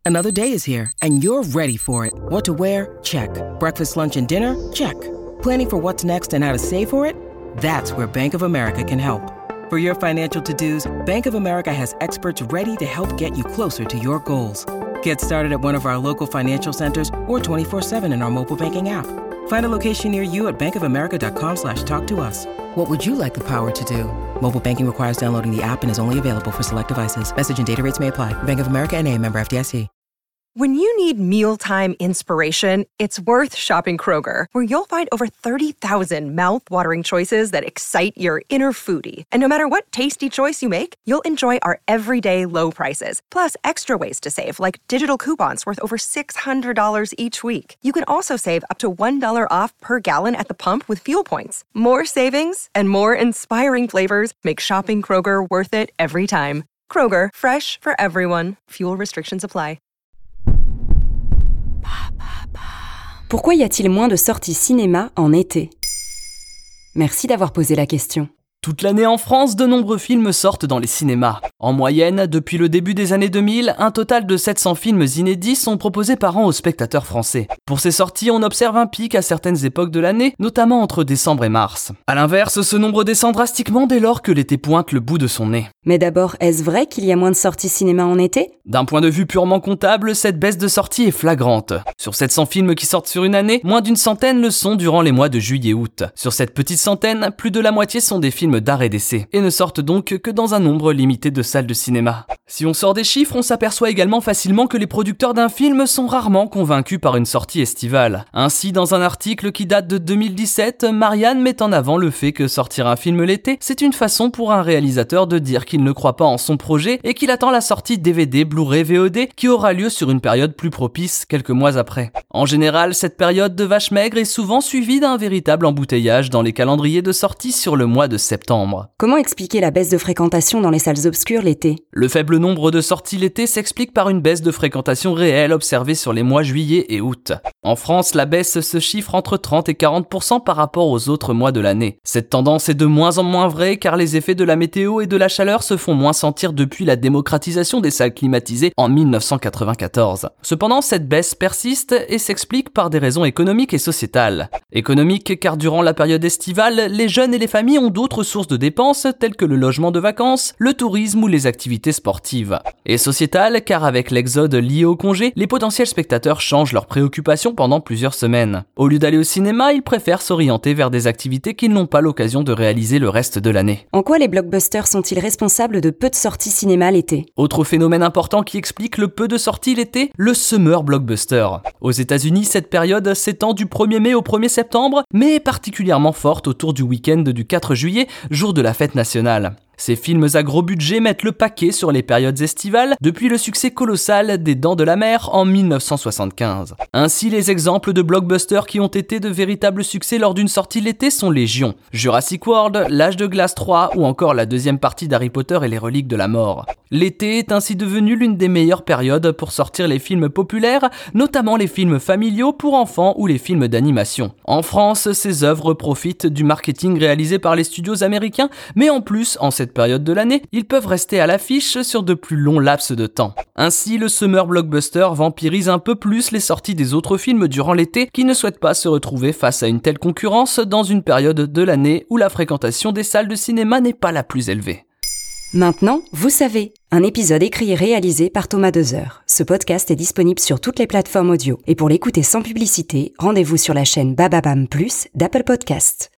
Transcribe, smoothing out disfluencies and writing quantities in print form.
Another day is here, and you're ready for it. What to wear? Check. Breakfast, lunch, and dinner? Check. Planning for what's next and how to save for it? That's where Bank of America can help. For your financial to-dos, Bank of America has experts ready to help get you closer to your goals. Get started at one of our local financial centers or 24/7 in our mobile banking app. Find a location near you at bankofamerica.com/talktous. What would you like the power to do? Mobile banking requires downloading the app and is only available for select devices. Message and data rates may apply. Bank of America N.A., member FDIC. When you need mealtime inspiration, it's worth shopping Kroger, where you'll find over 30,000 mouth-watering choices that excite your inner foodie. And no matter what tasty choice you make, you'll enjoy our everyday low prices, plus extra ways to save, like digital coupons worth over $600 each week. You can also save up to $1 off per gallon at the pump with fuel points. More savings and more inspiring flavors make shopping Kroger worth it every time. Kroger, fresh for everyone. Fuel restrictions apply. Pourquoi y a-t-il moins de sorties cinéma en été ? Merci d'avoir posé la question. Toute l'année en France, de nombreux films sortent dans les cinémas. En moyenne, depuis le début des années 2000, un total de 700 films inédits sont proposés par an aux spectateurs français. Pour ces sorties, on observe un pic à certaines époques de l'année, notamment entre décembre et mars. A l'inverse, ce nombre descend drastiquement dès lors que l'été pointe le bout de son nez. Mais d'abord, est-ce vrai qu'il y a moins de sorties cinéma en été ? D'un point de vue purement comptable, cette baisse de sortie est flagrante. Sur 700 films qui sortent sur une année, moins d'une centaine le sont durant les mois de juillet-août. Sur cette petite centaine, plus de la moitié sont des films d'art et d'essai, et ne sortent donc que dans un nombre limité de salles de cinéma. Si on sort des chiffres, on s'aperçoit également facilement que les producteurs d'un film sont rarement convaincus par une sortie estivale. Ainsi, dans un article qui date de 2017, Marianne met en avant le fait que sortir un film l'été, c'est une façon pour un réalisateur de dire qu'il ne croit pas en son projet et qu'il attend la sortie DVD, Blu-ray, VOD qui aura lieu sur une période plus propice quelques mois après. En général, cette période de vache maigre est souvent suivie d'un véritable embouteillage dans les calendriers de sortie sur le mois de septembre. Comment expliquer la baisse de fréquentation dans les salles obscures l'été ? Le faible nombre de sorties l'été s'explique par une baisse de fréquentation réelle observée sur les mois juillet et août. En France, la baisse se chiffre entre 30 et 40% par rapport aux autres mois de l'année. Cette tendance est de moins en moins vraie car les effets de la météo et de la chaleur se font moins sentir depuis la démocratisation des salles climatisées en 1994. Cependant, cette baisse persiste et s'explique par des raisons économiques et sociétales. Économique car durant la période estivale, les jeunes et les familles ont d'autres sources de dépenses telles que le logement de vacances, le tourisme ou les activités sportives. Et sociétale car avec l'exode lié au congé, les potentiels spectateurs changent leurs préoccupations pendant plusieurs semaines. Au lieu d'aller au cinéma, ils préfèrent s'orienter vers des activités qu'ils n'ont pas l'occasion de réaliser le reste de l'année. En quoi les blockbusters sont-ils responsables de peu de sorties cinéma l'été ? Autre phénomène important qui explique le peu de sorties l'été, le summer blockbuster. Aux États-Unis, cette période s'étend du 1er mai au 1er septembre, mais est particulièrement forte autour du week-end du 4 juillet, jour de la fête nationale. Ces films à gros budget mettent le paquet sur les périodes estivales depuis le succès colossal des Dents de la Mer en 1975. Ainsi, les exemples de blockbusters qui ont été de véritables succès lors d'une sortie l'été sont légion. Jurassic World, L'Âge de Glace 3 ou encore la deuxième partie d'Harry Potter et les Reliques de la Mort. L'été est ainsi devenu l'une des meilleures périodes pour sortir les films populaires, notamment les films familiaux pour enfants ou les films d'animation. En France, ces œuvres profitent du marketing réalisé par les studios américains, mais en plus, en cette période de l'année, ils peuvent rester à l'affiche sur de plus longs laps de temps. Ainsi, le summer blockbuster vampirise un peu plus les sorties des autres films durant l'été qui ne souhaitent pas se retrouver face à une telle concurrence dans une période de l'année où la fréquentation des salles de cinéma n'est pas la plus élevée. Maintenant, vous savez, un épisode écrit et réalisé par Thomas Dezer. Ce podcast est disponible sur toutes les plateformes audio. Et pour l'écouter sans publicité, rendez-vous sur la chaîne Bababam Plus d'Apple Podcasts.